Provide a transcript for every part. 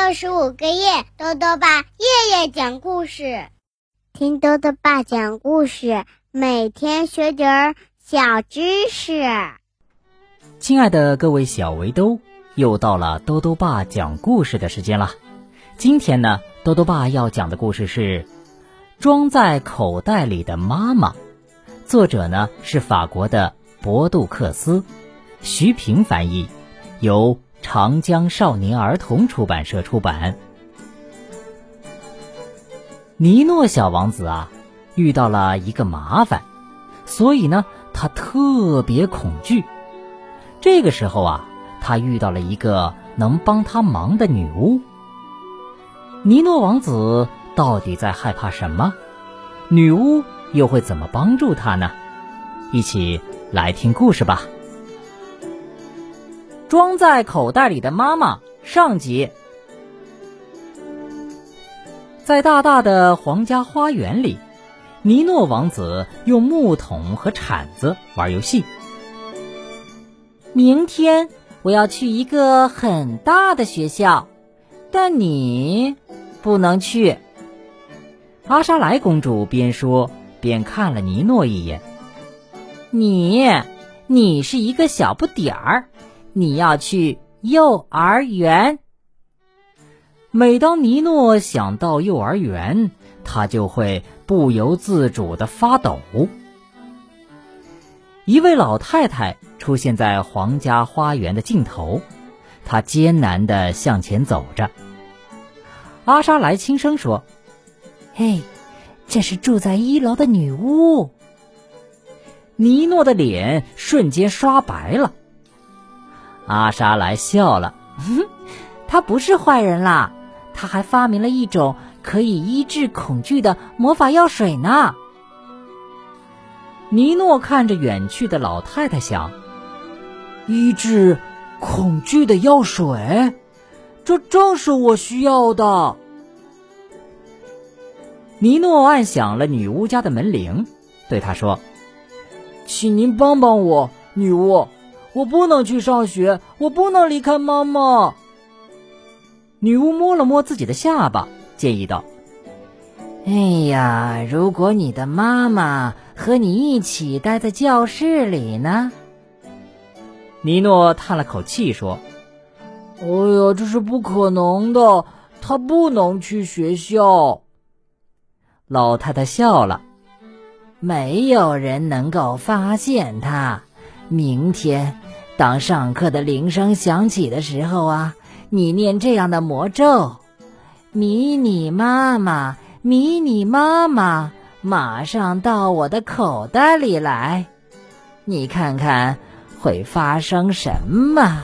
365个夜，豆豆爸夜夜讲故事，听豆豆爸讲故事，每天学点小知识。 亲爱的各位小围兜，又到了豆豆爸讲故事的时间了。今天呢，豆豆爸要讲的故事是装在口袋里的妈妈，作者呢是法国的博杜克斯，徐平翻译，由长江少年儿童出版社出版。尼诺小王子啊，遇到了一个麻烦，所以呢，他特别恐惧。这个时候啊，他遇到了一个能帮他忙的女巫。尼诺王子到底在害怕什么？女巫又会怎么帮助他呢？一起来听故事吧。装在口袋里的妈妈上集。在大大的皇家花园里，尼诺王子用木桶和铲子玩游戏。明天我要去一个很大的学校，但你不能去。阿莎莱公主边说边看了尼诺一眼。你是一个小不点儿，你要去幼儿园。每当尼诺想到幼儿园，他就会不由自主地发抖。一位老太太出现在皇家花园的尽头，她艰难地向前走着。阿莎莱轻声说：嘿，这是住在1楼的女巫。尼诺的脸瞬间刷白了。阿莎莱笑了，她不是坏人啦，她还发明了一种可以医治恐惧的魔法药水呢。尼诺看着远去的老太太想，医治恐惧的药水，这正是我需要的。尼诺按响了女巫家的门铃，对她说：请您帮帮我，女巫，我不能去上学，我不能离开妈妈。女巫摸了摸自己的下巴，建议道：哎呀，如果你的妈妈和你一起待在教室里呢？尼诺叹了口气说：哎呀，这是不可能的，她不能去学校。老太太笑了，没有人能够发现她。明天当上课的铃声响起的时候啊，你念这样的魔咒：迷你妈妈，迷你妈妈，马上到我的口袋里来。你看看会发生什么？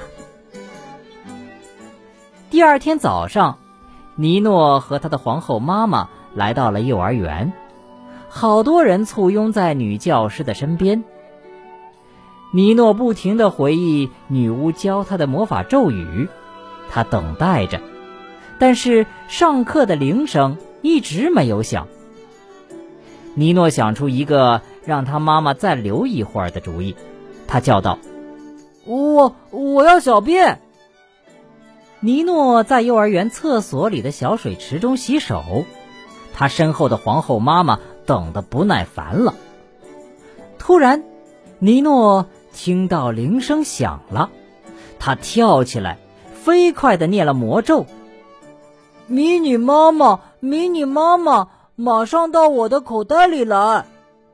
第二天早上，尼诺和他的皇后妈妈来到了幼儿园，好多人簇拥在女教师的身边。尼诺不停地回忆女巫教他的魔法咒语，他等待着，但是上课的铃声一直没有响。尼诺想出一个让他妈妈再留一会儿的主意，他叫道：我要小便。尼诺在幼儿园厕所里的小水池中洗手，他身后的皇后妈妈等得不耐烦了。突然，尼诺听到铃声响了，他跳起来，飞快地念了魔咒：迷你妈妈，迷你妈妈，马上到我的口袋里来。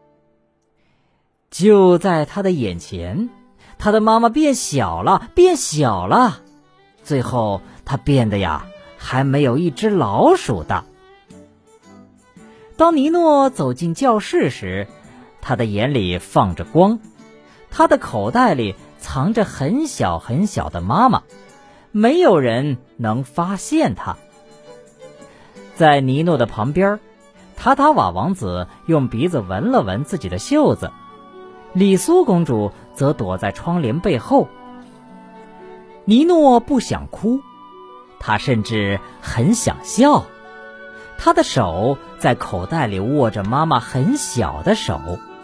就在他的眼前，他的妈妈变小了，变小了，最后他变得还没有一只老鼠大。当尼诺走进教室时，他的眼里放着光，他的口袋里藏着很小很小的妈妈，没有人能发现他。在尼诺的旁边，塔塔瓦王子用鼻子闻了闻自己的袖子，里苏公主则躲在窗帘背后。尼诺不想哭，他甚至很想笑。他的手在口袋里握着妈妈很小的手。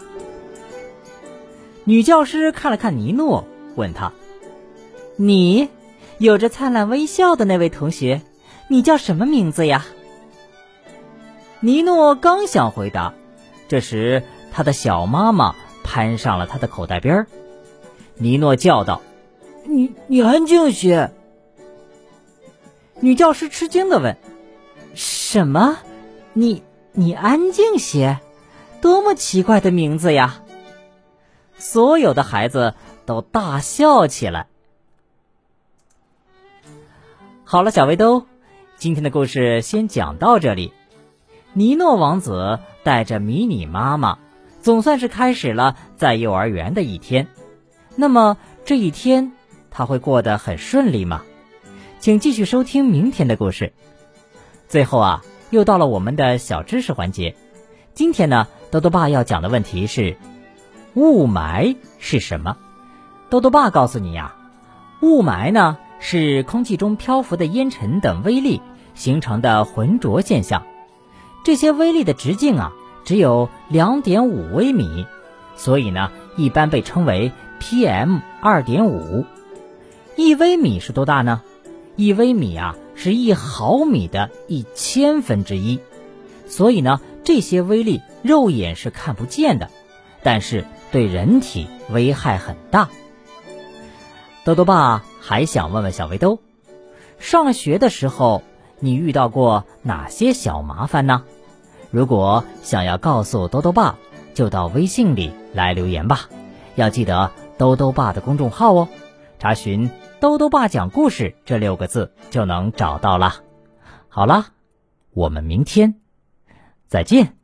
女教师看了看尼诺，问他：你有着灿烂微笑的那位同学， 你叫什么名字呀？”尼诺刚想回答，这时他的小妈妈攀上了他的口袋边。尼诺叫道：“你安静些！”女教师吃惊地问：“什么？你安静些？多么奇怪的名字呀！”所有的孩子都大笑起来。好了，小围兜，今天的故事先讲到这里。尼诺王子带着迷你妈妈，总算是开始了在幼儿园的一天。那么这一天他会过得很顺利吗？请继续收听明天的故事。最后又到了我们的小知识环节。今天呢，豆豆爸要讲的问题是：雾霾是什么？豆豆爸告诉你雾霾呢是空气中漂浮的烟尘等微粒形成的浑浊现象。这些微粒的直径只有 2.5 微米，所以呢一般被称为 PM2.5。 1微米是多大呢？1微米是1毫米的1000分之一，所以呢这些微粒肉眼是看不见的，但是对人体危害很大。豆豆爸还想问问小围兜，上学的时候你遇到过哪些小麻烦呢？如果想要告诉豆豆爸，就到微信里来留言吧，要记得豆豆爸的公众号哦，查询豆豆爸讲故事这6个字就能找到了。好了，我们明天再见。